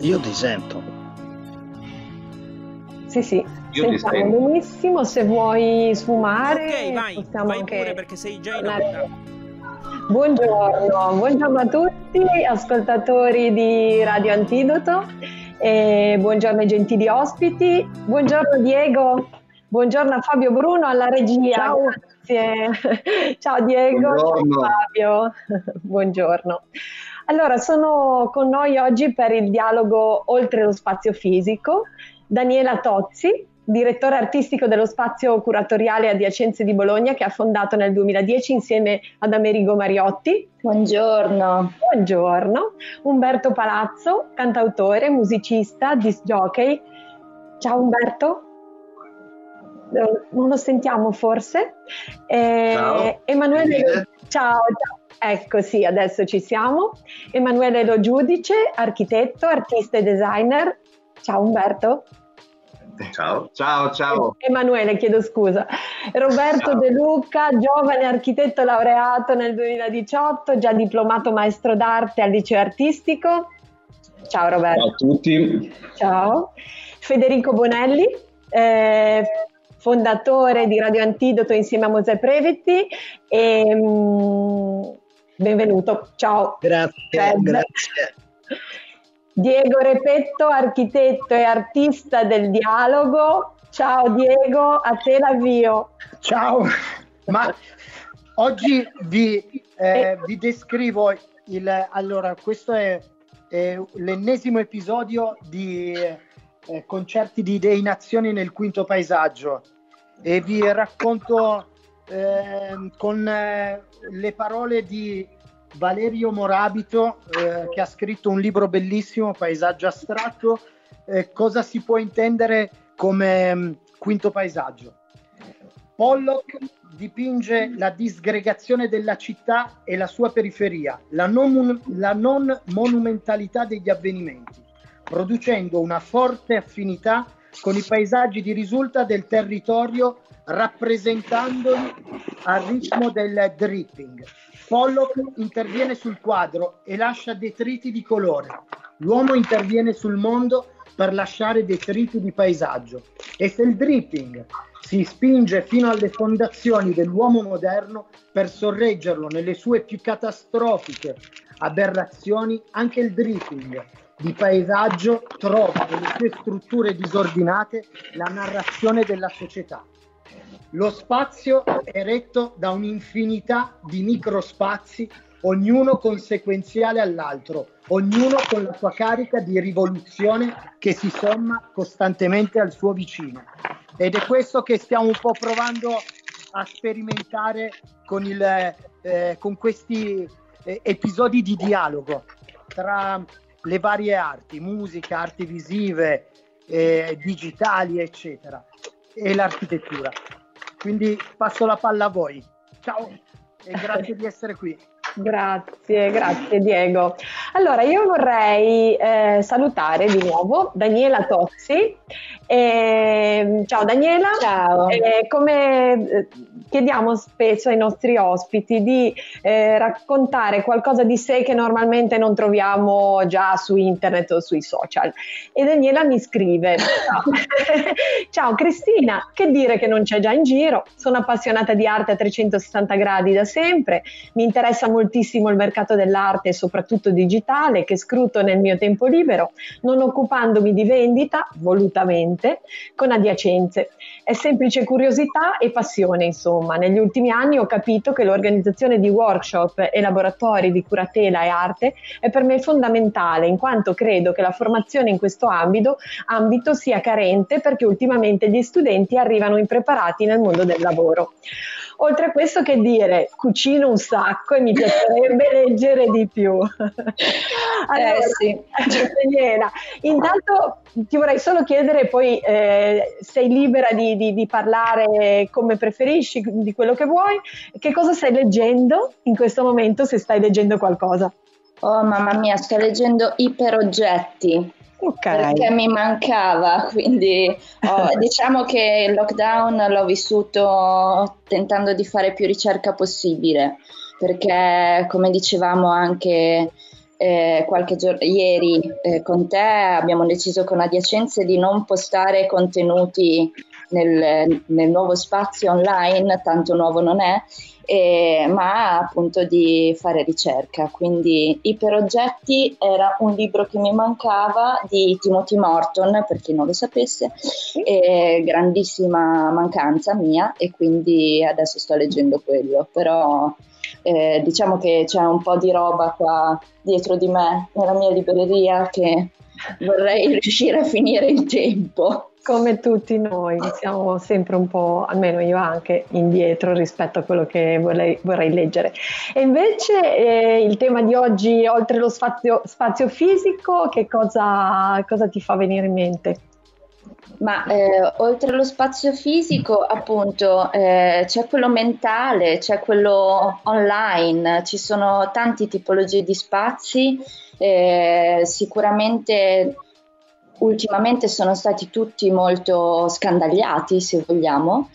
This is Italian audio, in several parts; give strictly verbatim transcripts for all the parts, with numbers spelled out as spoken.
Io ti sento. Sì, sì, Io ti sentiamo sento. benissimo. Se vuoi sfumare, Ok, vai, possiamo vai anche pure perché sei già in tornare. onda. Buongiorno, buongiorno a tutti ascoltatori di Radio Antidoto e buongiorno ai gentili ospiti. Buongiorno Diego, buongiorno a Fabio Bruno alla regia. Ciao. Grazie. Ciao Diego, Buongiorno. ciao Fabio. Buongiorno. Allora, sono con noi oggi per il dialogo Oltre lo spazio fisico Daniela Tozzi, direttore artistico dello spazio curatoriale Adiacenze di Bologna, che ha fondato nel duemiladieci insieme ad Amerigo Mariotti. Buongiorno. Buongiorno. Umberto Palazzo, cantautore, musicista, disc jockey. Ciao Umberto. Non lo sentiamo forse. Eh, Ciao. Emanuele. Ciao, ciao. Ecco, sì, adesso ci siamo. Emanuele Lo Giudice, architetto, artista e designer. Ciao Umberto. Ciao, ciao, ciao. Emanuele, chiedo scusa. Roberto Ciao. De Luca, giovane architetto laureato nel duemiladiciotto, già diplomato maestro d'arte al liceo artistico. Ciao Roberto. Ciao a tutti. Ciao. Federico Bonelli, eh, fondatore di Radio Antidoto insieme a Mosè Previti. E, mm, benvenuto. Ciao. Grazie, Fred. grazie. Diego Repetto, architetto e artista del dialogo. Ciao Diego, a te l'avvio. Ciao, ma oggi vi, eh, vi descrivo il... Allora, questo è, è l'ennesimo episodio di eh, concerti di idee in azione nel quinto paesaggio e vi racconto eh, con eh, le parole di Valerio Morabito, eh, che ha scritto un libro bellissimo, Paesaggio astratto, eh, cosa si può intendere come mh, quinto paesaggio. Pollock dipinge la disgregazione della città e la sua periferia, la non, la non monumentalità degli avvenimenti, producendo una forte affinità con i paesaggi di risulta del territorio, rappresentandoli al ritmo del dripping. Pollock interviene sul quadro e lascia detriti di colore. L'uomo interviene sul mondo per lasciare detriti di paesaggio. E se il dripping si spinge fino alle fondazioni dell'uomo moderno per sorreggerlo nelle sue più catastrofiche aberrazioni, anche il dripping di paesaggio trova nelle sue strutture disordinate la narrazione della società. Lo spazio è retto da un'infinità di microspazi, ognuno conseguenziale all'altro, ognuno con la sua carica di rivoluzione che si somma costantemente al suo vicino. Ed è questo che stiamo un po' provando a sperimentare con, il, eh, con questi eh, episodi di dialogo tra le varie arti, musica, arti visive, eh, digitali, eccetera, e l'architettura. Quindi passo la palla a voi. Ciao e grazie di essere qui. Grazie, grazie Diego. Allora io vorrei eh, salutare di nuovo Daniela Tozzi. Eh, ciao Daniela. Ciao. Eh, come eh, chiediamo spesso ai nostri ospiti di eh, raccontare qualcosa di sé che normalmente non troviamo già su internet o sui social. E Daniela mi scrive: ciao Cristina, che dire che non c'è già in giro, sono appassionata di arte a trecentosessanta gradi da sempre, mi interessa moltissimo il mercato dell'arte e soprattutto digitale che scruto nel mio tempo libero, non occupandomi di vendita, volutamente, con adiacenze. È semplice curiosità e passione, insomma. Negli ultimi anni ho capito che l'organizzazione di workshop e laboratori di curatela e arte è per me fondamentale, in quanto credo che la formazione in questo ambito, ambito sia carente perché ultimamente gli studenti arrivano impreparati nel mondo del lavoro. Oltre a questo, che dire, cucino un sacco e mi piacerebbe leggere di più. Allora, eh sì. Daniela, intanto ti vorrei solo chiedere, poi eh, sei libera di, di, di parlare come preferisci, di quello che vuoi, che cosa stai leggendo in questo momento, se stai leggendo qualcosa? Oh mamma mia, sto leggendo Iperoggetti. Okay. Perché mi mancava, quindi oh, diciamo che il lockdown l'ho vissuto tentando di fare più ricerca possibile, perché come dicevamo anche eh, qualche giorno, ieri eh, con te abbiamo deciso con Adiacenze di non postare contenuti nel, nel nuovo spazio online, tanto nuovo non è, eh, ma appunto di fare ricerca. Quindi Iperoggetti era un libro che mi mancava di Timothy Morton, per chi non lo sapesse, eh, grandissima mancanza mia, e quindi adesso sto leggendo quello, però eh, diciamo che c'è un po' di roba qua dietro di me nella mia libreria che vorrei riuscire a finire in tempo. Come tutti noi, siamo sempre un po', almeno io anche, indietro rispetto a quello che vorrei, vorrei leggere. E invece eh, il tema di oggi, oltre lo spazio, spazio fisico, che cosa, cosa ti fa venire in mente? Ma eh, oltre allo spazio fisico, appunto, eh, c'è quello mentale, c'è quello online, ci sono tante tipologie di spazi, eh, sicuramente ultimamente sono stati tutti molto scandagliati, se vogliamo,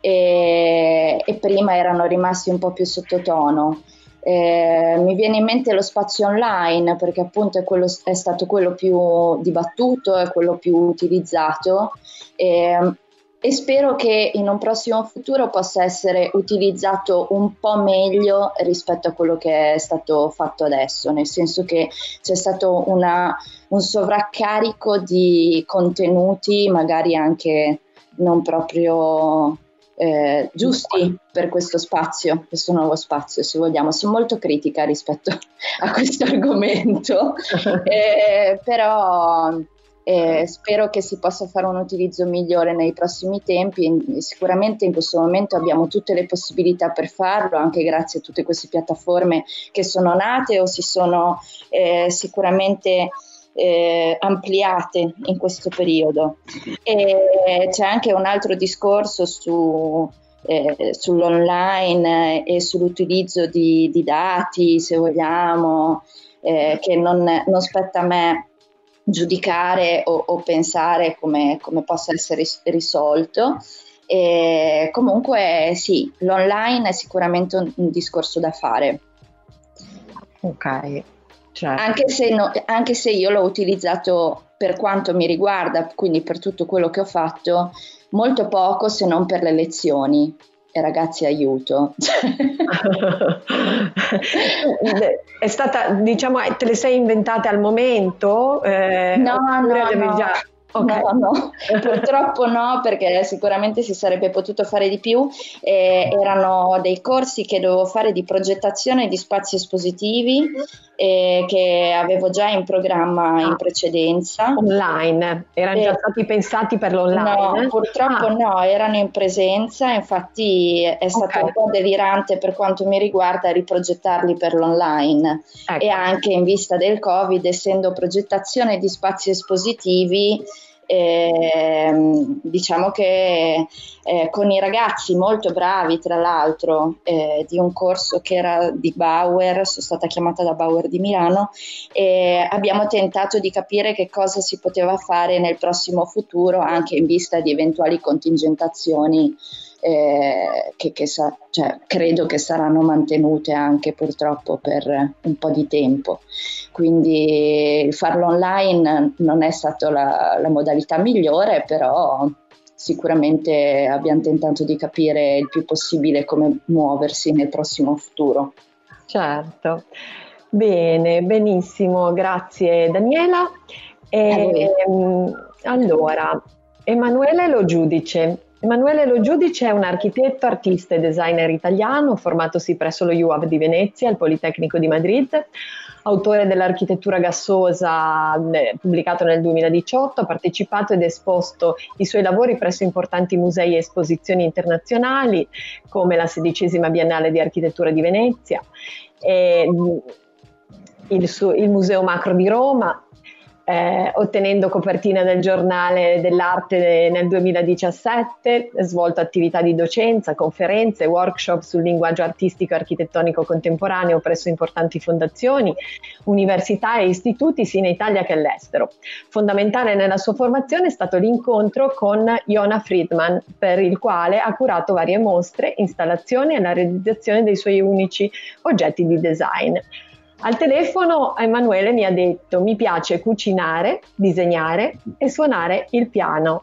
e, e prima erano rimasti un po' più sottotono. Eh, mi viene in mente lo spazio online, perché appunto è, quello, è stato quello più dibattuto, è quello più utilizzato, eh, e spero che in un prossimo futuro possa essere utilizzato un po' meglio rispetto a quello che è stato fatto adesso, nel senso che c'è stato una, un sovraccarico di contenuti, magari anche non proprio Eh, giusti per questo spazio, questo nuovo spazio, se vogliamo. Sono molto critica rispetto a questo argomento, eh, però eh, spero che si possa fare un utilizzo migliore nei prossimi tempi. Sicuramente in questo momento abbiamo tutte le possibilità per farlo, anche grazie a tutte queste piattaforme che sono nate o si sono eh, sicuramente Eh, ampliate in questo periodo. E c'è anche un altro discorso su, eh, sull'online e sull'utilizzo di, di dati, se vogliamo, eh, che non, non spetta a me giudicare o, o pensare come, come possa essere risolto. E comunque sì, l'online è sicuramente un, un discorso da fare. Ok. Certo. Anche se, no, anche se io l'ho utilizzato, per quanto mi riguarda, quindi per tutto quello che ho fatto, molto poco, se non per le lezioni. E ragazzi, aiuto. È stata, diciamo, te le sei inventate al momento? Eh, no, no, no. Già... Okay. No, no, purtroppo no, perché sicuramente si sarebbe potuto fare di più. Eh, erano dei corsi che dovevo fare di progettazione di spazi espositivi, eh, che avevo già in programma in precedenza. Online? Erano eh, già stati pensati per l'online? No, purtroppo ah. no, erano in presenza, infatti è stato okay. un po' delirante per quanto mi riguarda riprogettarli per l'online. Ecco. E anche in vista del Covid, essendo progettazione di spazi espositivi, Eh, diciamo che eh, con i ragazzi molto bravi, tra l'altro, eh, di un corso che era di Bauer, sono stata chiamata da Bauer di Milano, e abbiamo tentato di capire che cosa si poteva fare nel prossimo futuro, anche in vista di eventuali contingentazioni eh, che, che sa- cioè, credo che saranno mantenute anche purtroppo per un po' di tempo. Quindi farlo online non è stata la, la modalità migliore, però sicuramente abbiamo tentato di capire il più possibile come muoversi nel prossimo futuro. Certo, bene, benissimo, grazie Daniela. E, allora, Emanuele Lo Giudice. Emanuele Lo Giudice è un architetto, artista e designer italiano, formatosi presso lo U A V di Venezia, al Politecnico di Madrid. Autore dell'architettura gassosa, eh, pubblicato nel duemiladiciotto, ha partecipato ed esposto i suoi lavori presso importanti musei e esposizioni internazionali, come la sedicesima Biennale di Architettura di Venezia, e, il, su, il Museo Macro di Roma, eh, ottenendo copertina del Giornale dell'Arte nel duemiladiciassette, svolto attività di docenza, conferenze, workshop sul linguaggio artistico e architettonico contemporaneo presso importanti fondazioni, università e istituti sia in Italia che all'estero. Fondamentale nella sua formazione è stato l'incontro con Yona Friedman, per il quale ha curato varie mostre, installazioni e la realizzazione dei suoi unici oggetti di design. Al telefono Emanuele mi ha detto: mi piace cucinare, disegnare e suonare il piano.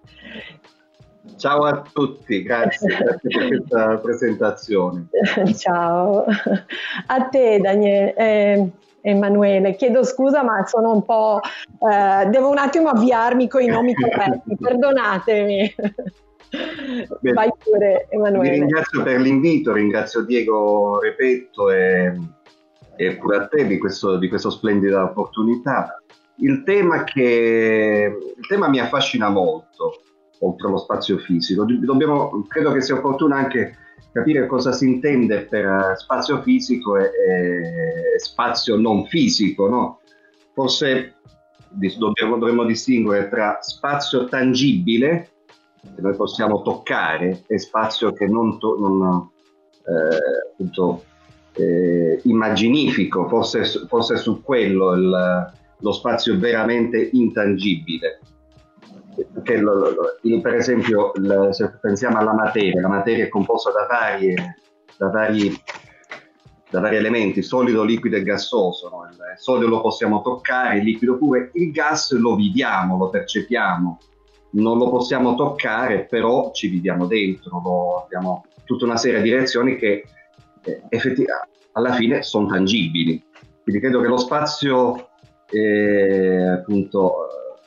Ciao a tutti, grazie, grazie per questa presentazione. Ciao a te, Daniele. Eh, Emanuele, chiedo scusa, ma sono un po'... Eh, devo un attimo avviarmi con i nomi corretti, perdonatemi. Bene. Vai pure, Emanuele. Vi ringrazio per l'invito, ringrazio Diego Repetto e, e pure a te di, questo, di questa splendida opportunità. Il tema, che, il tema mi affascina molto, oltre allo spazio fisico. Dobbiamo, credo che sia opportuno anche capire cosa si intende per spazio fisico e, e spazio non fisico, no? Forse dobbiamo, dovremmo distinguere tra spazio tangibile, che noi possiamo toccare, e spazio che non, to- non eh, appunto, eh, immaginifico, forse, forse su quello il, lo spazio veramente intangibile. Che lo, lo, lo, per esempio, il, se pensiamo alla materia, la materia è composta da, varie, da, vari, da vari elementi, solido, liquido e gassoso, no? Il solido lo possiamo toccare, il liquido pure, il gas lo viviamo, lo percepiamo, non lo possiamo toccare, però ci viviamo dentro, lo, abbiamo tutta una serie di reazioni che eh, effettivamente alla fine sono tangibili. Quindi credo che lo spazio eh, appunto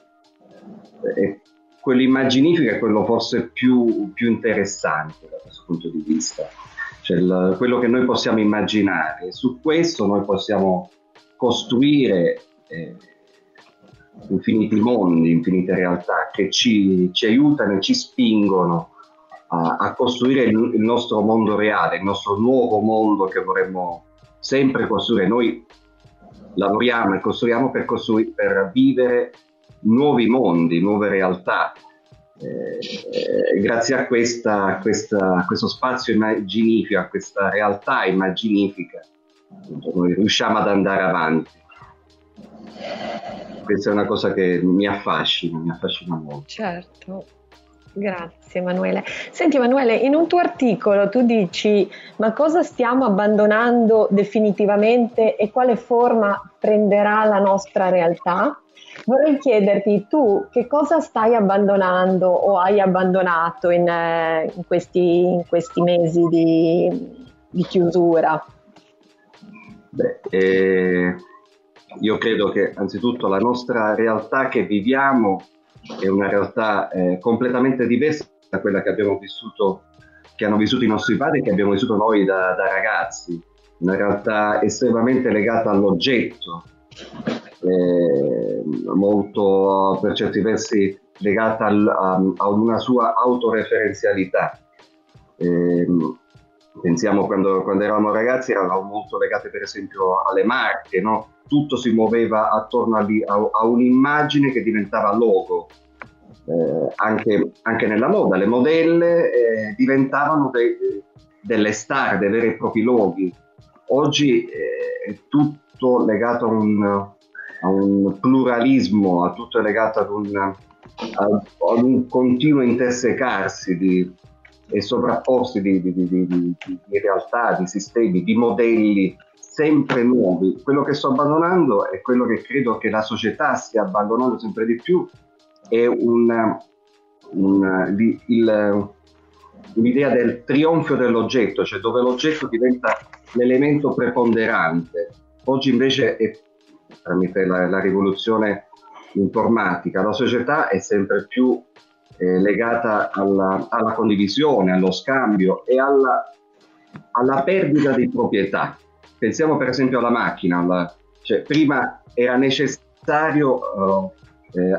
e quello immaginifico è quello forse più, più interessante da questo punto di vista, cioè il, quello che noi possiamo immaginare. Su questo noi possiamo costruire eh, infiniti mondi, infinite realtà che ci, ci aiutano e ci spingono a, a costruire il, il nostro mondo reale, il nostro nuovo mondo che vorremmo sempre costruire. Noi lavoriamo e costruiamo per, costrui- per vivere nuovi mondi, nuove realtà. Eh, eh, grazie a questa, questa, questo spazio immaginifico, a questa realtà immaginifica, noi riusciamo ad andare avanti. Questa è una cosa che mi affascina, mi affascina molto. Certo, grazie Emanuele. Senti Emanuele, in un tuo articolo tu dici: ma cosa stiamo abbandonando definitivamente e quale forma prenderà la nostra realtà? Vorrei chiederti, tu che cosa stai abbandonando o hai abbandonato in, eh, in, questi, in questi mesi di, di chiusura? Beh, eh, io credo che anzitutto la nostra realtà che viviamo è una realtà eh, completamente diversa da quella che abbiamo vissuto, che hanno vissuto i nostri padri e che abbiamo vissuto noi da, da ragazzi. Una realtà estremamente legata all'oggetto, Eh, molto per certi versi legata al, a, a una sua autoreferenzialità. Eh, pensiamo quando, quando eravamo ragazzi, eravamo molto legati per esempio alle marche, no? Tutto si muoveva attorno a, a, a un'immagine che diventava logo. Eh, anche, anche nella moda, le modelle eh, diventavano de, delle star, dei veri e propri loghi. Oggi eh, è tutto legato a un, a un pluralismo, a tutto è legato ad un, a, ad un continuo intersecarsi di, e sovrapporsi di, di, di, di, di, di realtà, di sistemi, di modelli sempre nuovi. Quello che sto abbandonando è quello che credo che la società stia abbandonando sempre di più, è un, un, il, il, un'idea del trionfo dell'oggetto, cioè dove l'oggetto diventa l'elemento preponderante. Oggi invece è, tramite la, la rivoluzione informatica, la società è sempre più eh, legata alla, alla condivisione, allo scambio e alla, alla perdita di proprietà. Pensiamo per esempio alla macchina, alla, cioè, prima era necessario uh, eh,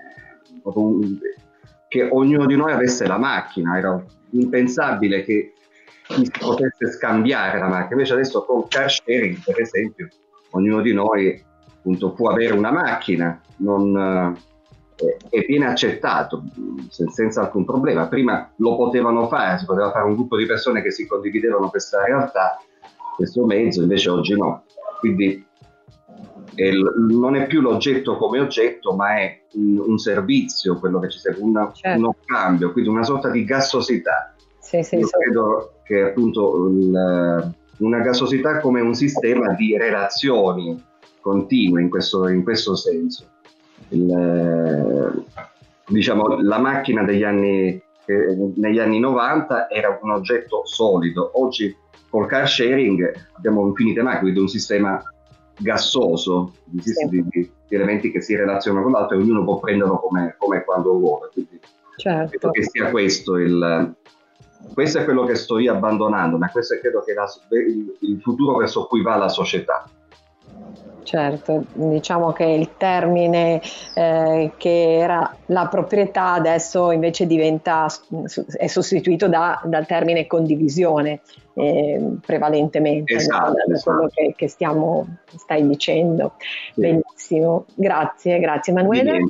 che ognuno di noi avesse la macchina, era impensabile che si potesse scambiare la macchina. Invece adesso con car sharing, per esempio, ognuno di noi appunto può avere una macchina, non, eh, e viene accettato sen- senza alcun problema. Prima lo potevano fare, si poteva fare un gruppo di persone che si condividevano questa realtà, questo mezzo, invece oggi no. Quindi il, non è più l'oggetto come oggetto, ma è un, un servizio, quello che ci serve, una, certo. uno scambio, quindi una sorta di gassosità. Sì, sì, Io sì. credo che appunto il, una gasosità come un sistema di relazioni continue in questo, in questo senso. Il, diciamo, la macchina degli anni, eh, negli anni novanta era un oggetto solido. Oggi col car sharing abbiamo infinite macchine, quindi un sistema gassoso di, sì. di, di elementi che si relazionano con l'altro e ognuno può prenderlo come, come quando vuole. Quindi certo. credo che sia questo il questo è quello che sto io abbandonando, ma questo è credo che la, il, il futuro verso cui va la società. Certo, diciamo che il termine eh, che era la proprietà adesso invece diventa, è sostituito da, dal termine condivisione eh, prevalentemente, esatto, da, da esatto. quello che, che stiamo, stai dicendo. Sì. Benissimo, grazie, grazie Emanuele.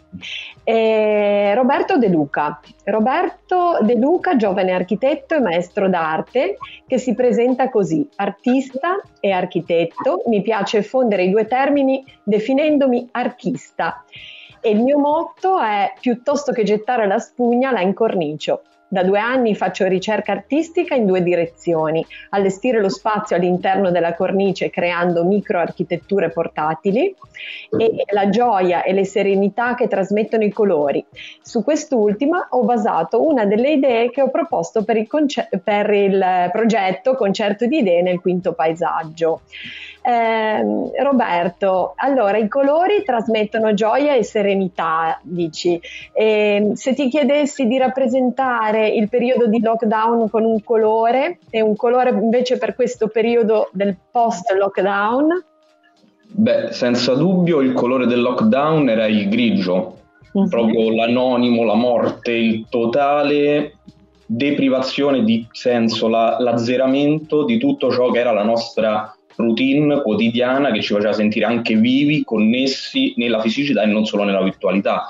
E Roberto De Luca. Roberto De Luca, giovane architetto e maestro d'arte, che si presenta così: artista e architetto. Mi piace fondere i due termini definendomi archista. E il mio motto è: piuttosto che gettare la spugna, la incornicio. Da due anni faccio ricerca artistica in due direzioni: allestire lo spazio all'interno della cornice creando microarchitetture portatili e la gioia e le serenità che trasmettono i colori. Su quest'ultima ho basato una delle idee che ho proposto per il, conce- per il progetto Concerto di Idee nel quinto paesaggio. Eh, Roberto, allora i colori trasmettono gioia e serenità, dici. Eh, se ti chiedessi di rappresentare il periodo di lockdown con un colore e un colore invece per questo periodo del post-lockdown? Beh, senza dubbio il colore del lockdown era il grigio, uh-huh. proprio l'anonimo, la morte, il totale deprivazione di senso, la, l'azzeramento di tutto ciò che era la nostra routine quotidiana, che ci faceva sentire anche vivi, connessi nella fisicità e non solo nella virtualità.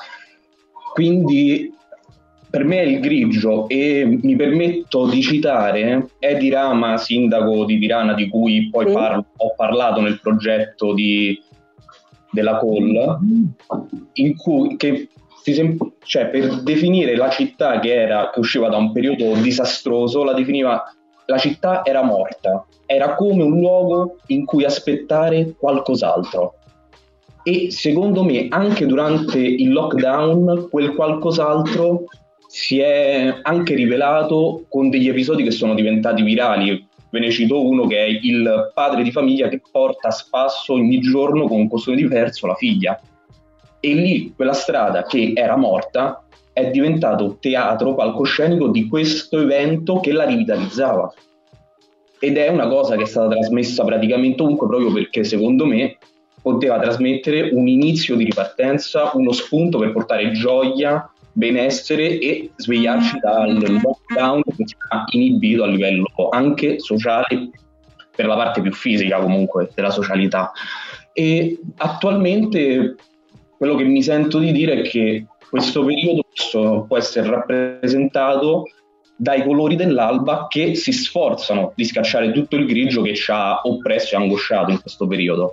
Quindi per me è il grigio, e mi permetto di citare Edi Rama, sindaco di Tirana, di cui poi parlo, ho parlato nel progetto di, della Call, in cui che si sem- cioè, per definire la città che era che usciva da un periodo disastroso, la definiva: la città era morta, era come un luogo in cui aspettare qualcos'altro. E secondo me anche durante il lockdown quel qualcos'altro si è anche rivelato con degli episodi che sono diventati virali. Ve ne cito uno, che è il padre di famiglia che porta a spasso ogni giorno con un costume diverso la figlia. E lì quella strada che era morta è diventato teatro, palcoscenico di questo evento che la rivitalizzava. Ed è una cosa che è stata trasmessa praticamente ovunque, proprio perché secondo me poteva trasmettere un inizio di ripartenza, uno spunto per portare gioia, benessere e svegliarci dal lockdown che ci ha inibito a livello anche sociale, per la parte più fisica comunque della socialità. E attualmente quello che mi sento di dire è che questo periodo può essere rappresentato dai colori dell'alba, che si sforzano di scacciare tutto il grigio che ci ha oppresso e angosciato in questo periodo.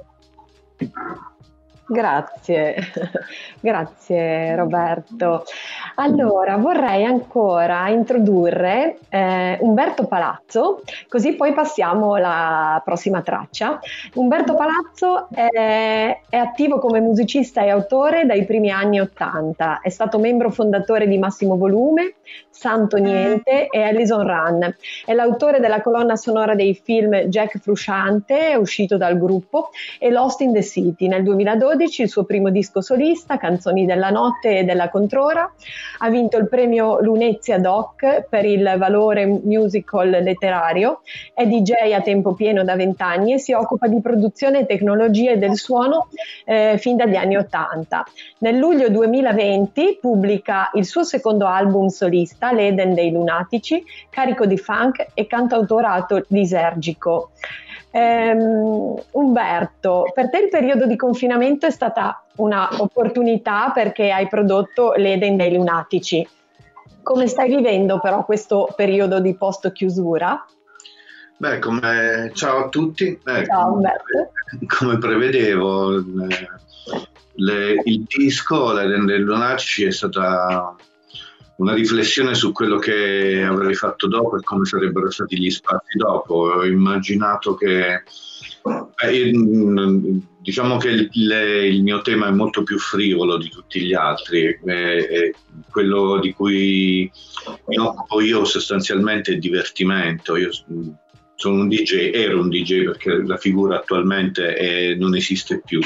Grazie, grazie Roberto. Allora vorrei ancora introdurre eh, Umberto Palazzo, così poi passiamo alla prossima traccia. Umberto Palazzo è, è attivo come musicista e autore dai primi anni Ottanta, è stato membro fondatore di Massimo Volume, Santo Niente e Ellison Run. È l'autore della colonna sonora dei film Jack Frusciante, uscito dal gruppo, e Lost in the City. Nel duemiladodici il suo primo disco solista, Canzoni della notte e della controra, ha vinto il premio Lunezia Doc per il valore musical letterario, è D J a tempo pieno da vent'anni e si occupa di produzione e tecnologie del suono eh, fin dagli anni Ottanta. Nel luglio duemilaventi pubblica il suo secondo album solista, L'Eden dei Lunatici, carico di funk e cantautorato lisergico. Um, Umberto, per te il periodo di confinamento è stata una opportunità perché hai prodotto L'Eden dei Lunatici. Come stai vivendo però questo periodo di post chiusura? Beh, come ciao a tutti. Eh, ciao Umberto. Come prevedevo, le, le, il disco L'Eden dei Lunatici è stata una riflessione su quello che avrei fatto dopo e come sarebbero stati gli spazi dopo. Ho immaginato che, eh, diciamo che il, le, il mio tema è molto più frivolo di tutti gli altri, è, è quello di cui mi occupo io sostanzialmente è divertimento. Io sono un D J, ero un D J perché la figura attualmente è, non esiste più.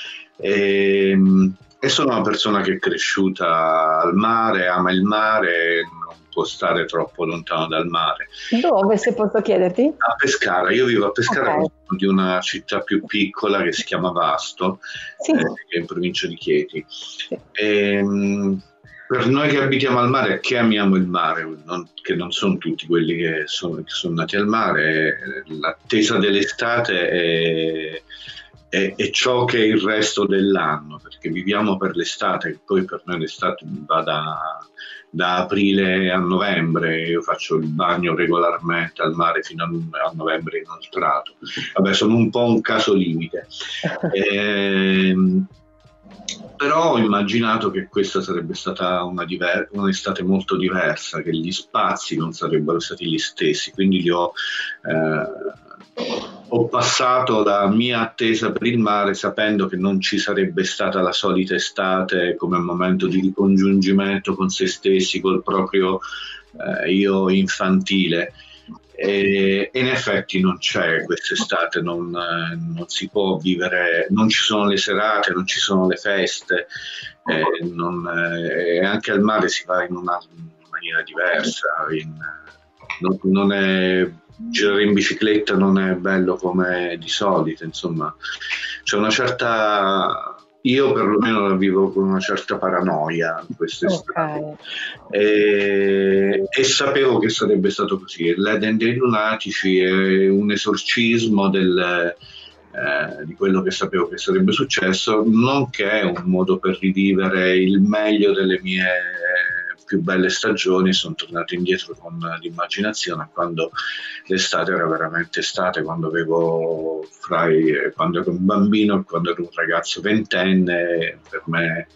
E, E sono una persona che è cresciuta al mare, ama il mare, non può stare troppo lontano dal mare. Dove, se posso chiederti? A Pescara, io vivo a Pescara, okay. Di una città più piccola che si chiama Vasto, sì. eh, che è in provincia di Chieti. Sì. E, per noi che abitiamo al mare, che amiamo il mare, non, che non sono tutti quelli che sono, che sono nati al mare, l'attesa dell'estate è... è ciò che è il resto dell'anno, perché viviamo per l'estate, che poi per noi l'estate va da, da aprile a novembre. Io faccio il bagno regolarmente al mare fino a, a novembre inoltrato. Vabbè, sono un po' un caso limite. E, però ho immaginato che questa sarebbe stata una diver- un'estate molto diversa, che gli spazi non sarebbero stati gli stessi, quindi li ho... Eh, ho passato la mia attesa per il mare sapendo che non ci sarebbe stata la solita estate come momento di ricongiungimento con se stessi, col proprio eh, io infantile, e, e in effetti non c'è quest'estate, non, eh, non si può vivere, non ci sono le serate, non ci sono le feste, eh, non, eh, e anche al mare si va in una maniera diversa, in, non, non è... girare in bicicletta non è bello come di solito, insomma c'è una certa, io perlomeno la vivo con una certa paranoia quest'estate, okay. e, e sapevo che sarebbe stato così. L'Eden dei Lunatici è un esorcismo del, eh, di quello che sapevo che sarebbe successo, nonché un modo per rivivere il meglio delle mie più belle stagioni. Sono tornato indietro con l'immaginazione quando l'estate era veramente estate, quando avevo fra i, quando ero un bambino e quando ero un ragazzo ventenne. Per me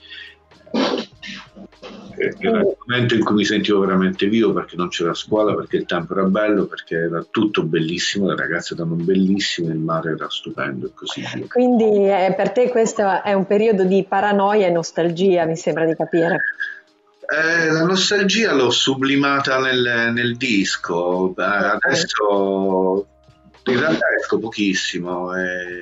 era il momento in cui mi sentivo veramente vivo, perché non c'era scuola, perché il tempo era bello, perché era tutto bellissimo, le ragazze erano bellissime, il mare era stupendo e così via. Quindi eh, per te questo è un periodo di paranoia e nostalgia, mi sembra di capire. Eh, la nostalgia l'ho sublimata nel, nel disco, eh, adesso in realtà esco pochissimo. Eh,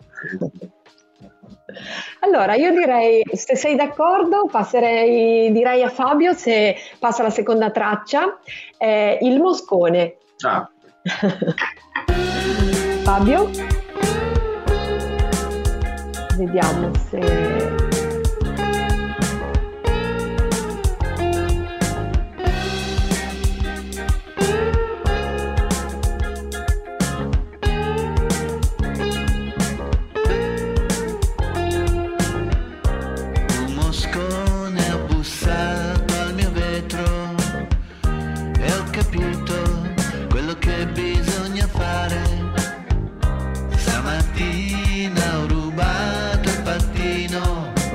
Allora io direi, se sei d'accordo, passerei, direi a Fabio se passa la seconda traccia, eh, il Moscone. Ah. Fabio? Vediamo se... Stamattina ho rubato il pattino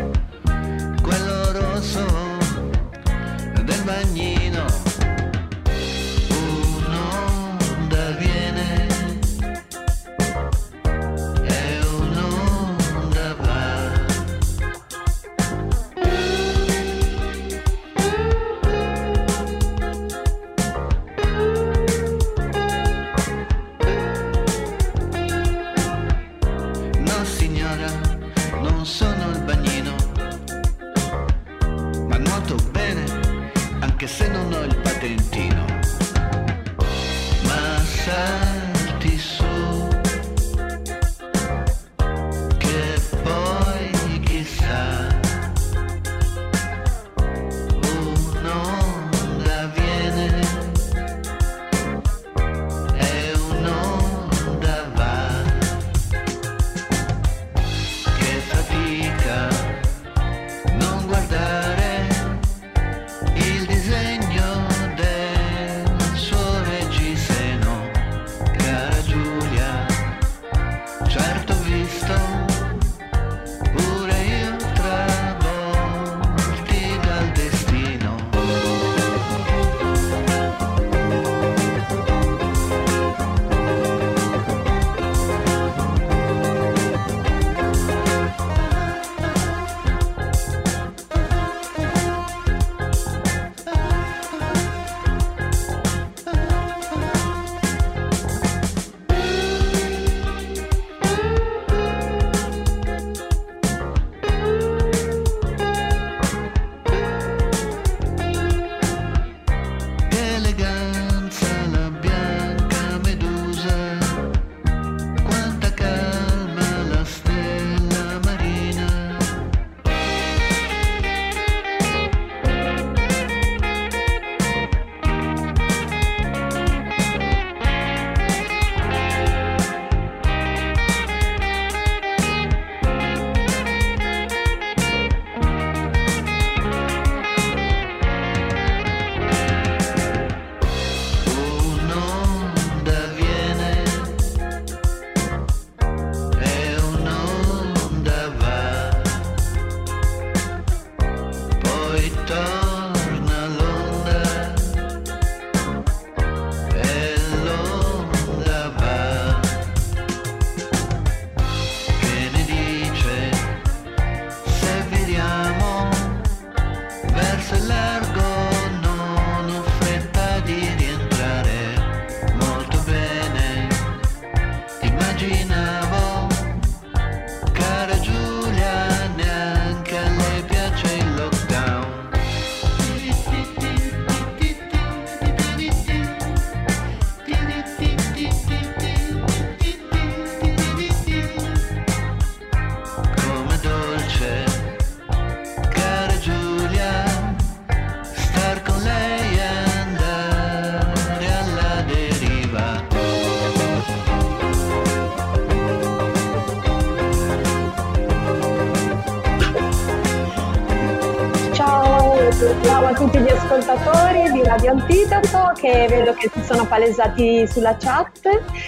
ciao a tutti gli ascoltatori di Radio Antidoto che vedo che si sono palesati sulla chat.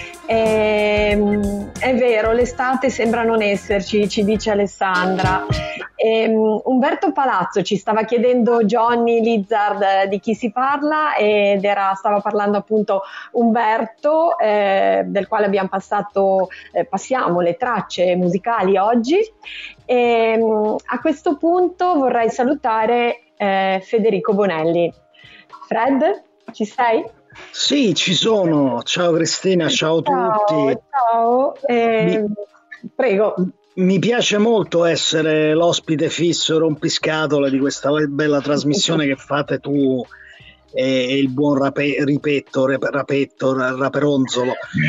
E, è vero, l'estate sembra non esserci, ci dice Alessandra. E, Umberto Palazzo ci stava chiedendo Johnny Lizard di chi si parla ed era, stava parlando appunto Umberto, eh, del quale abbiamo passato, eh, passiamo le tracce musicali oggi. E, a questo punto vorrei salutare eh, Federico Bonelli. Fred, ci sei? Sì, ci sono. Ciao Cristina, ciao a tutti. Ciao, eh, mi, prego. Mi piace molto essere l'ospite fisso e rompiscatole di questa bella trasmissione che fate tu e il buon rape, Ripetto, Rapetto, Raperonzolo.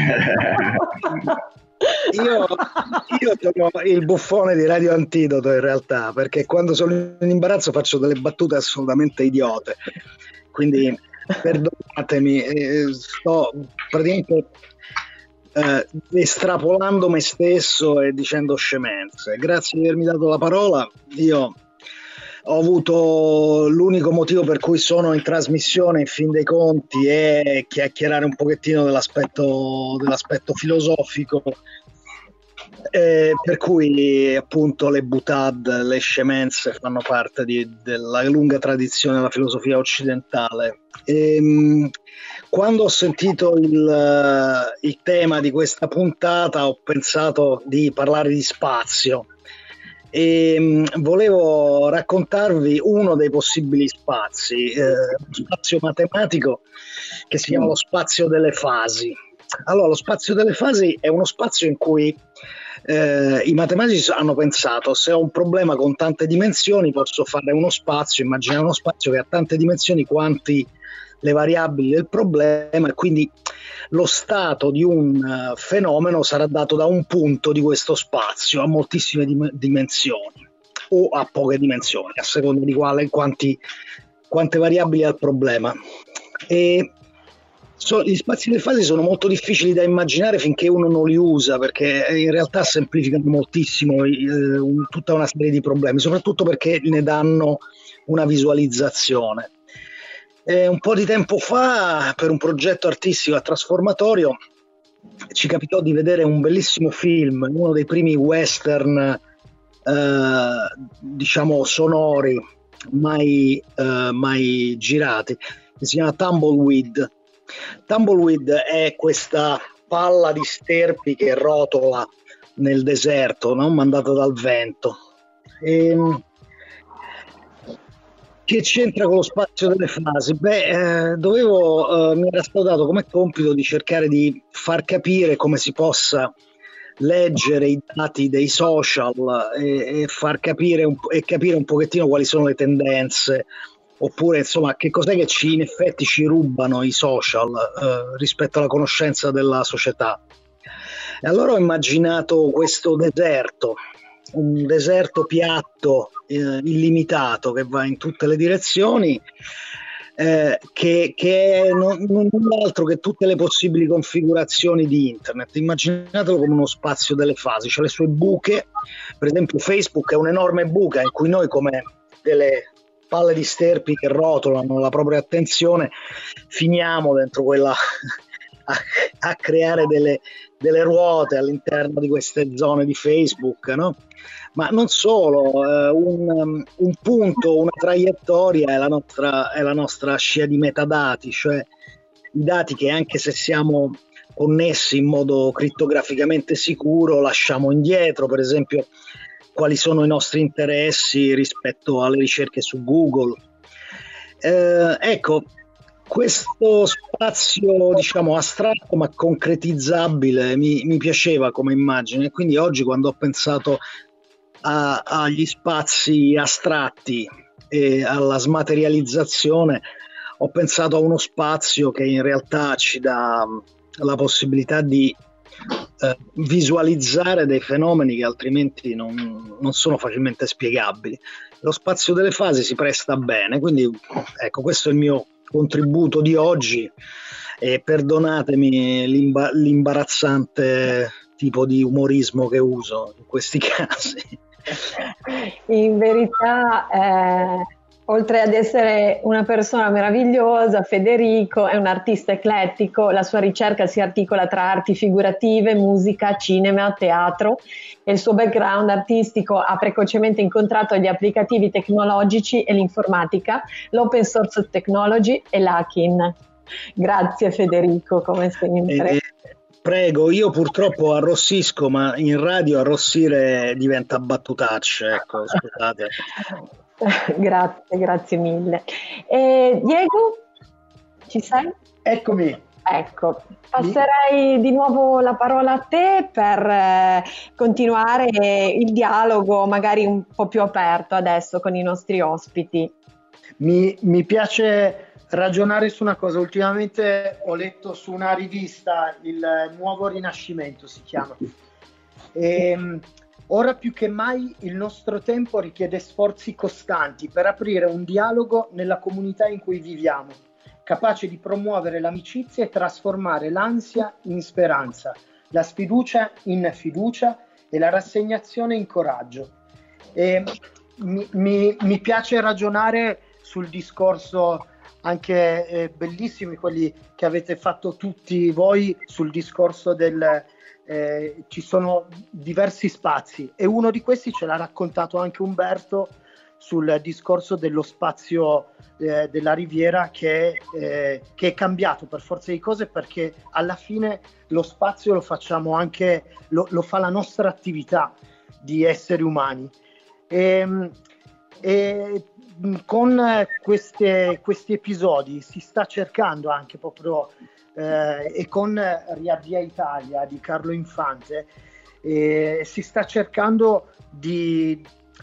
Io, io sono il buffone di Radio Antidoto in realtà, perché quando sono in imbarazzo faccio delle battute assolutamente idiote, quindi perdonatemi, eh, sto praticamente eh, estrapolando me stesso e dicendo scemenze. Grazie di avermi dato la parola. Io ho avuto l'unico motivo per cui sono in trasmissione in fin dei conti è chiacchierare un pochettino dell'aspetto, dell'aspetto filosofico, eh, per cui appunto le butad, le scemenze fanno parte di, della lunga tradizione della filosofia occidentale. E, mh, quando ho sentito il, il tema di questa puntata ho pensato di parlare di spazio e mh, volevo raccontarvi uno dei possibili spazi, eh, uno spazio matematico che si chiama lo spazio delle fasi. Allora, lo spazio delle fasi è uno spazio in cui eh, i matematici hanno pensato: se ho un problema con tante dimensioni posso fare uno spazio, immaginare uno spazio che ha tante dimensioni quanti le variabili del problema, e quindi lo stato di un uh, fenomeno sarà dato da un punto di questo spazio a moltissime dim- dimensioni o a poche dimensioni, a seconda di quale, quanti, quante variabili ha il problema. E so, gli spazi delle fasi sono molto difficili da immaginare finché uno non li usa, perché in realtà semplificano moltissimo eh, un, tutta una serie di problemi, soprattutto perché ne danno una visualizzazione. Eh, un po' di tempo fa, per un progetto artistico a Trasformatorio, ci capitò di vedere un bellissimo film, uno dei primi western eh, diciamo sonori mai, eh, mai girati, che si chiama Tumbleweed. Tumbleweed è questa palla di sterpi che rotola nel deserto, no? Mandata dal vento. E, che c'entra con lo spazio delle fasi? Beh, eh, dovevo, eh, mi era stato dato come compito di cercare di far capire come si possa leggere i dati dei social e, e far capire un, e capire un pochettino quali sono le tendenze, oppure insomma che cos'è che ci, in effetti ci rubano i social eh, rispetto alla conoscenza della società. E allora ho immaginato questo deserto, un deserto piatto, eh, illimitato, che va in tutte le direzioni, eh, che, che è non, non altro che tutte le possibili configurazioni di internet. Immaginatelo come uno spazio delle fasi, cioè le sue buche. Per esempio Facebook è un'enorme buca in cui noi, come delle palle di sterpi che rotolano la propria attenzione, finiamo dentro quella a, a creare delle, delle ruote all'interno di queste zone di Facebook, no? Ma non solo, eh, un, un punto, una traiettoria è la, nostra, è la nostra scia di metadati, cioè i dati che, anche se siamo connessi in modo crittograficamente sicuro, lasciamo indietro. Per esempio, quali sono i nostri interessi rispetto alle ricerche su Google. Eh, ecco, questo spazio, diciamo, astratto ma concretizzabile mi, mi piaceva come immagine, quindi oggi, quando ho pensato a, agli spazi astratti e alla smaterializzazione, ho pensato a uno spazio che in realtà ci dà la possibilità di eh, visualizzare dei fenomeni che altrimenti non, non sono facilmente spiegabili. Lo spazio delle fasi si presta bene, quindi ecco, questo è il mio contributo di oggi, e perdonatemi l'imba- l'imbarazzante tipo di umorismo che uso in questi casi. In verità eh, Oltre ad essere una persona meravigliosa, Federico è un artista eclettico, la sua ricerca si articola tra arti figurative, musica, cinema, teatro e il suo background artistico ha precocemente incontrato gli applicativi tecnologici e l'informatica, l'open source technology e l'hacking. Grazie Federico, come sempre. Eh, prego, io purtroppo arrossisco, ma in radio arrossire diventa battutacce, ecco, scusate. Grazie, grazie mille. E Diego, ci sei? Eccomi. Ecco, passerei di nuovo la parola a te per eh, continuare il dialogo magari un po' più aperto adesso con i nostri ospiti. Mi, mi piace ragionare su una cosa. Ultimamente ho letto su una rivista, Il Nuovo Rinascimento si chiama, e ora più che mai il nostro tempo richiede sforzi costanti per aprire un dialogo nella comunità in cui viviamo, capace di promuovere l'amicizia e trasformare l'ansia in speranza, la sfiducia in fiducia e la rassegnazione in coraggio. E mi, mi, mi piace ragionare sul discorso anche eh, bellissimi, quelli che avete fatto tutti voi, sul discorso del... Eh, ci sono diversi spazi e uno di questi ce l'ha raccontato anche Umberto sul discorso dello spazio eh, della Riviera che, eh, che è cambiato per forza di cose, perché alla fine lo spazio lo facciamo anche, lo, lo fa la nostra attività di esseri umani e, e con queste, questi episodi si sta cercando anche proprio Eh, e con Riavvia Italia di Carlo Infante eh, si sta cercando di,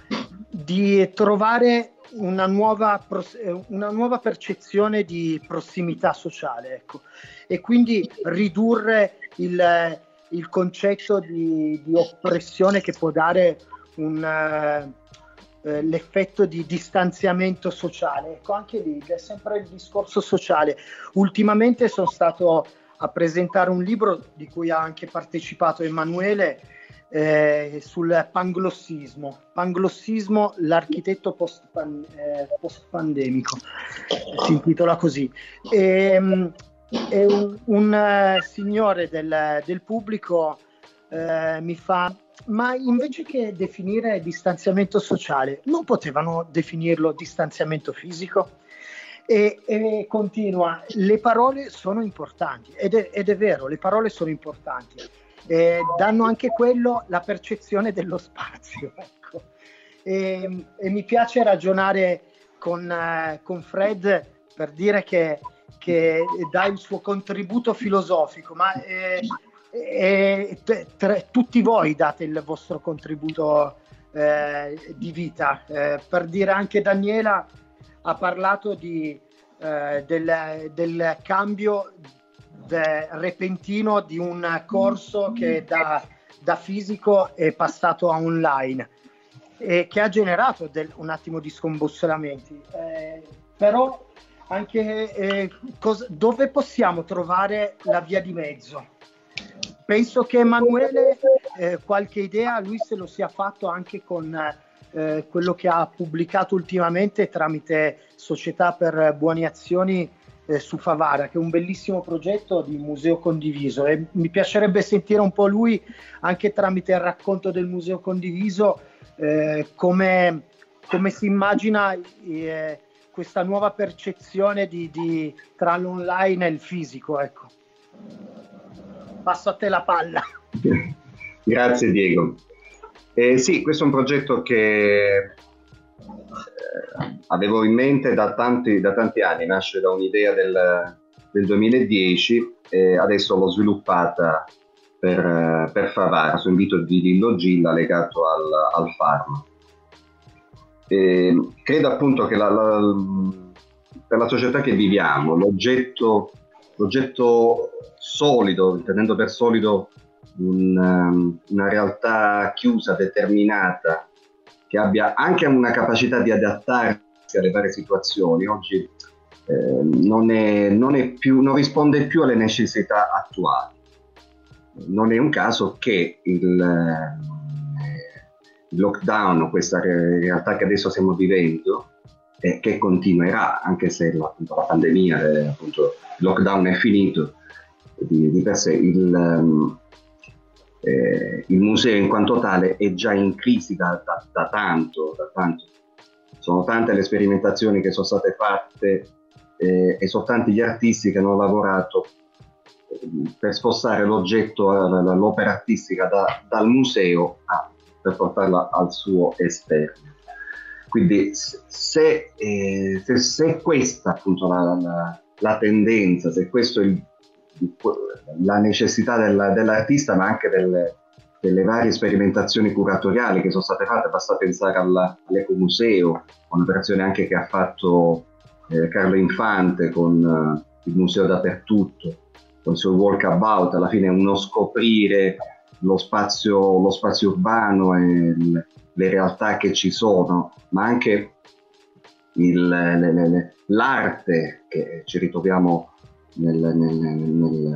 di trovare una nuova, una nuova percezione di prossimità sociale, ecco, e quindi ridurre il, il concetto di, di oppressione che può dare un Uh, l'effetto di distanziamento sociale. Ecco, anche lì è sempre il discorso sociale. Ultimamente sono stato a presentare un libro di cui ha anche partecipato Emanuele eh, sul panglossismo. Panglossismo, l'architetto post, pan, eh, post-pandemico, si intitola così. E, um, e un, un uh, signore del, del pubblico uh, mi fa: ma invece che definire distanziamento sociale, non potevano definirlo distanziamento fisico? E, e continua, le parole sono importanti, ed è, ed è vero, le parole sono importanti, e danno anche quello la percezione dello spazio, ecco. E, e mi piace ragionare con, uh, con Fred per dire che, che dà il suo contributo filosofico, ma eh, E t- tre, tutti voi date il vostro contributo eh, di vita. Eh, per dire, anche Daniela ha parlato di, eh, del, del cambio de, repentino di un corso che da, da fisico è passato a online e che ha generato del, un attimo di scombussolamenti. Eh, però anche eh, cos- dove possiamo trovare la via di mezzo? Penso che Emanuele eh, qualche idea lui se lo sia fatto anche con eh, quello che ha pubblicato ultimamente tramite Società per Buone Azioni eh, su Favara, che è un bellissimo progetto di museo condiviso, e mi piacerebbe sentire un po' lui anche tramite il racconto del museo condiviso eh, come, come si immagina eh, questa nuova percezione di, di, tra l'online e il fisico, ecco. Passo a te la palla. Grazie Diego. Eh, sì, questo è un progetto che eh, avevo in mente da tanti, da tanti anni, nasce da un'idea del, del duemiladieci e adesso l'ho sviluppata per, per Favara su invito di Lillo Gilla legato al, al farma. Eh, credo appunto che la, la, per la società che viviamo l'oggetto, l'oggetto solido, intendendo per solido un, um, una realtà chiusa, determinata, che abbia anche una capacità di adattarsi alle varie situazioni, oggi eh, non, è, non, è più, non risponde più alle necessità attuali. Non è un caso che il, eh, il lockdown, questa realtà che adesso stiamo vivendo, e che continuerà, anche se la, appunto, la pandemia, eh, appunto, il lockdown è finito, di, di per sé il, um, eh, il museo in quanto tale è già in crisi da, da, da tanto, da tanto. Sono tante le sperimentazioni che sono state fatte eh, e sono tanti gli artisti che hanno lavorato eh, per spostare l'oggetto, l'opera artistica da, dal museo a, per portarla al suo esterno. Quindi se, eh, se, se questa appunto la, la, la tendenza, se questo è il, la necessità della, dell'artista, ma anche delle, delle varie sperimentazioni curatoriali che sono state fatte, basta pensare alla, all'Ecomuseo, un'operazione anche che ha fatto eh, Carlo Infante con uh, il Museo Dappertutto, con il suo walkabout, alla fine è uno scoprire lo spazio, lo spazio urbano e il, le realtà che ci sono, ma anche il, le, le, le, l'arte che ci ritroviamo nel, nel, nel,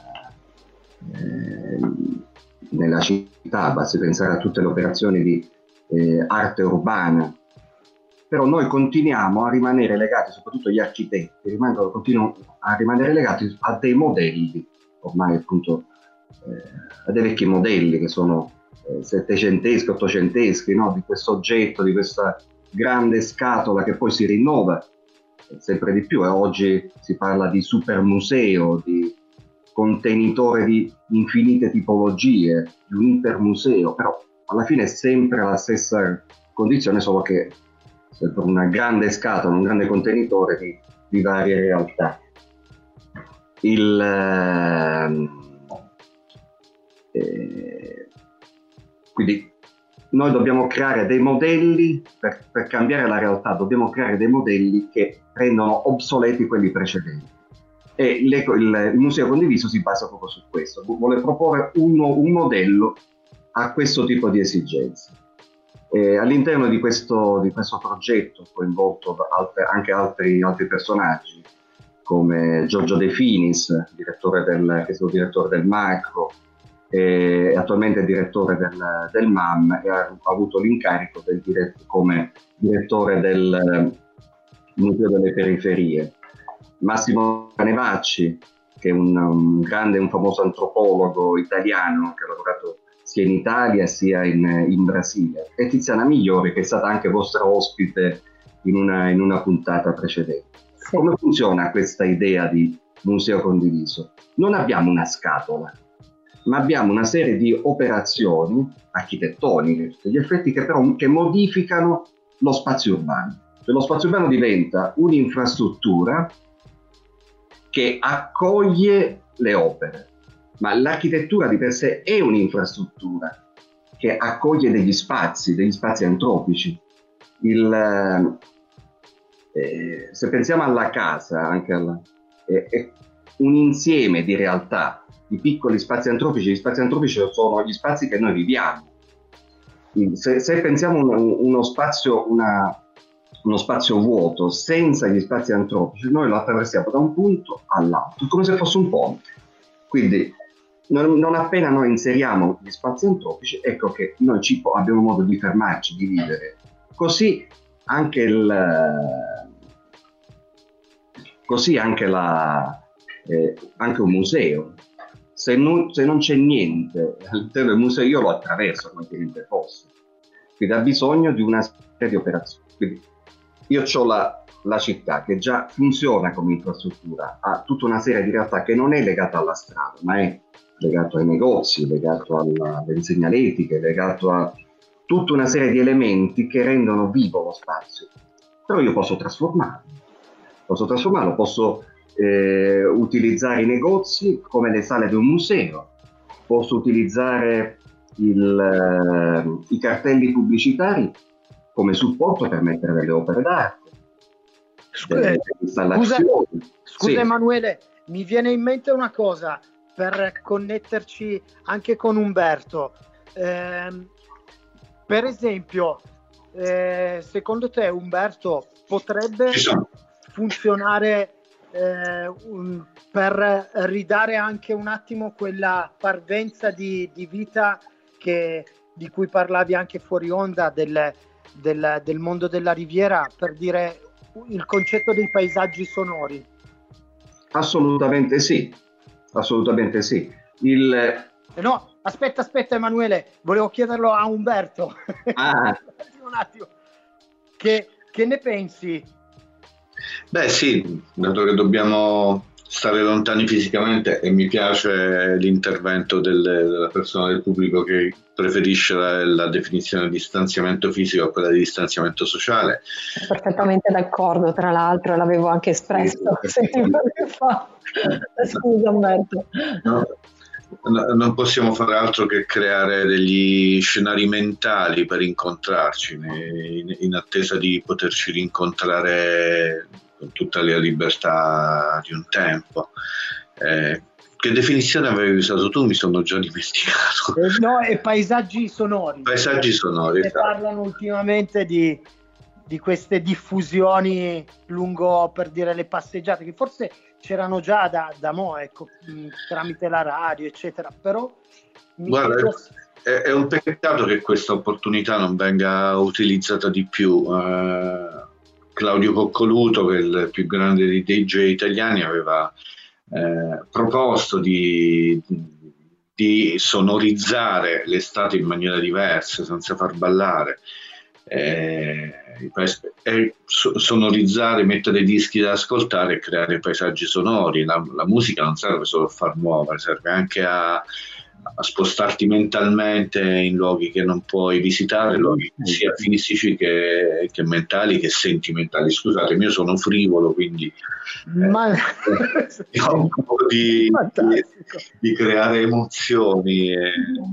eh, nella città, basti pensare a tutte le operazioni di eh, arte urbana. Però noi continuiamo a rimanere legati, soprattutto gli architetti, rimangono, continuano a rimanere legati a dei modelli, ormai appunto eh, a dei vecchi modelli che sono eh, settecenteschi, ottocenteschi, no? Di questo oggetto, di questa grande scatola che poi si rinnova eh, sempre di più, e oggi si parla di super museo, di contenitore di infinite tipologie, di un ipermuseo, però alla fine è sempre la stessa condizione, solo che per una grande scatola, un grande contenitore di, di varie realtà. Il, eh, quindi noi dobbiamo creare dei modelli per, per cambiare la realtà, dobbiamo creare dei modelli che rendono obsoleti quelli precedenti. E le, il, il Museo Condiviso si basa proprio su questo, vuole proporre uno, un modello a questo tipo di esigenze. Eh, all'interno di questo, di questo progetto ho coinvolto altre, anche altri, altri personaggi come Giorgio De Finis, direttore del, che è stato direttore del Macro e attualmente è direttore del, del M A M, e ha, ha avuto l'incarico del diretto, come direttore del Museo delle Periferie. Massimo Canevacci, che è un, un grande, un famoso antropologo italiano che ha lavorato sia in Italia sia in, in Brasile, e Tiziana Migliori, che è stata anche vostra ospite in una, in una puntata precedente. Sì. Come funziona questa idea di museo condiviso? Non abbiamo una scatola, ma abbiamo una serie di operazioni architettoniche, a tutti gli effetti, che però che modificano lo spazio urbano. Cioè, lo spazio urbano diventa un'infrastruttura che accoglie le opere. Ma l'architettura di per sé è un'infrastruttura che accoglie degli spazi, degli spazi antropici. Il, eh, se pensiamo alla casa, anche alla, eh, è un insieme di realtà, di piccoli spazi antropici. Gli spazi antropici sono gli spazi che noi viviamo. Se, se pensiamo uno, uno spazio, una, uno spazio vuoto senza gli spazi antropici, noi lo attraversiamo da un punto all'altro, come se fosse un ponte. Quindi Non, non appena noi inseriamo gli spazi antropici, ecco che noi ci abbiamo modo di fermarci, di vivere. Così anche il così anche la eh, anche un museo. Se non, se non c'è niente all'interno del museo, io lo attraverso come se niente fosse. Quindi ha bisogno di una serie di operazioni. Quindi io ho la, la città che già funziona come infrastruttura, ha tutta una serie di realtà che non è legata alla strada, ma è legato ai negozi, legato alla, alle segnaletiche, legato a tutta una serie di elementi che rendono vivo lo spazio. Però io posso trasformarlo, posso trasformarlo, posso eh, utilizzare i negozi come le sale di un museo, posso utilizzare il, eh, i cartelli pubblicitari come supporto per mettere delle opere d'arte. Scusa, scusa, scusa sì. Emanuele, mi viene in mente una cosa per connetterci anche con Umberto. Eh, per esempio, eh, secondo te Umberto potrebbe funzionare eh, un, per ridare anche un attimo quella parvenza di, di vita che, di cui parlavi anche fuori onda del, del, del mondo della Riviera, per dire il concetto dei paesaggi sonori? Assolutamente sì, assolutamente sì. Il... Eh no, aspetta, aspetta Emanuele, volevo chiederlo a Umberto. Ah. Un attimo. Che, che ne pensi? Beh sì, dato che dobbiamo stare lontani fisicamente, e mi piace l'intervento del, della persona del pubblico che preferisce la, la definizione di distanziamento fisico a quella di distanziamento sociale. Perfettamente d'accordo, tra l'altro l'avevo anche espresso sì, settimane fa. Scusa Umberto. No, no, non possiamo fare altro che creare degli scenari mentali per incontrarci, in, in attesa di poterci rincontrare con tutta la libertà di un tempo. Eh, che definizione avevi usato tu? Mi sono già dimenticato. Eh, no, e paesaggi sonori. Paesaggi sonori. Ne parlano ultimamente di, di queste diffusioni lungo, per dire, le passeggiate, che forse c'erano già da, da mo', ecco, mh, tramite la radio, eccetera. Però mi Guarda, chiedo... è, è un peccato che questa opportunità non venga utilizzata di più. Uh, Claudio Coccoluto, che è il più grande dei D J italiani, aveva eh, proposto di, di sonorizzare l'estate in maniera diversa, senza far ballare, eh, eh, sonorizzare, mettere dischi da ascoltare e creare paesaggi sonori. La, la musica non serve solo a far muovere, serve anche a a spostarti mentalmente in luoghi che non puoi visitare, luoghi sia fisici che, che mentali, che sentimentali. Scusatemi, io sono frivolo, quindi Ma... eh, ho un po' di, di, di creare emozioni e,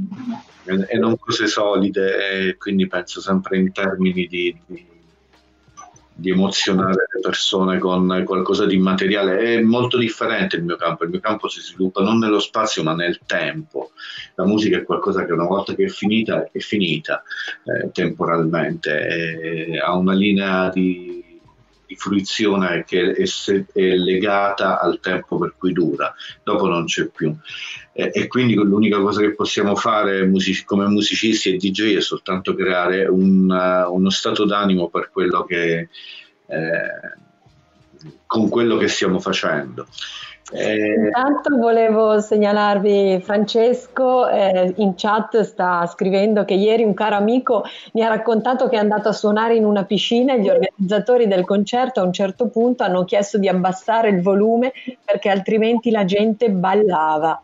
e non cose solide, e quindi penso sempre in termini di, di di emozionare le persone con qualcosa di immateriale. È molto differente il mio campo. Il mio campo si sviluppa non nello spazio ma nel tempo. La musica è qualcosa che una volta che è finita è finita eh, temporalmente, e ha una linea di, di fruizione che è, è legata al tempo per cui dura, dopo non c'è più. E, e quindi l'unica cosa che possiamo fare music- come musicisti e D J è soltanto creare un, uh, uno stato d'animo per quello che eh, con quello che stiamo facendo. Eh... Intanto volevo segnalarvi Francesco, eh, in chat sta scrivendo che ieri un caro amico mi ha raccontato che è andato a suonare in una piscina e gli organizzatori del concerto a un certo punto hanno chiesto di abbassare il volume perché altrimenti la gente ballava.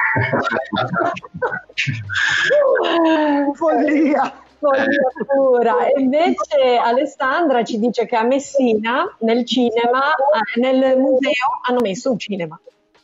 Follia! Follia pura. E invece Alessandra ci dice che a Messina nel cinema, eh, nel museo hanno messo un cinema.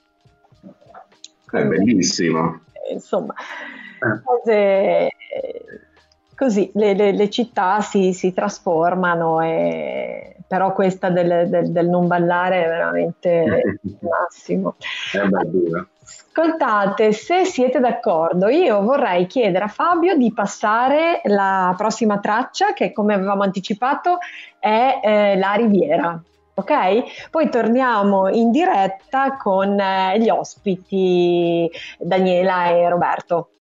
È bellissimo. Insomma, cose così, le, le, le città si, si trasformano, e, però questa del, del, del non ballare è veramente il massimo. È bellissimo. Ascoltate, se siete d'accordo, io vorrei chiedere a Fabio di passare la prossima traccia, che come avevamo anticipato è eh, La Riviera, ok? Poi torniamo in diretta con eh, gli ospiti Daniela e Roberto.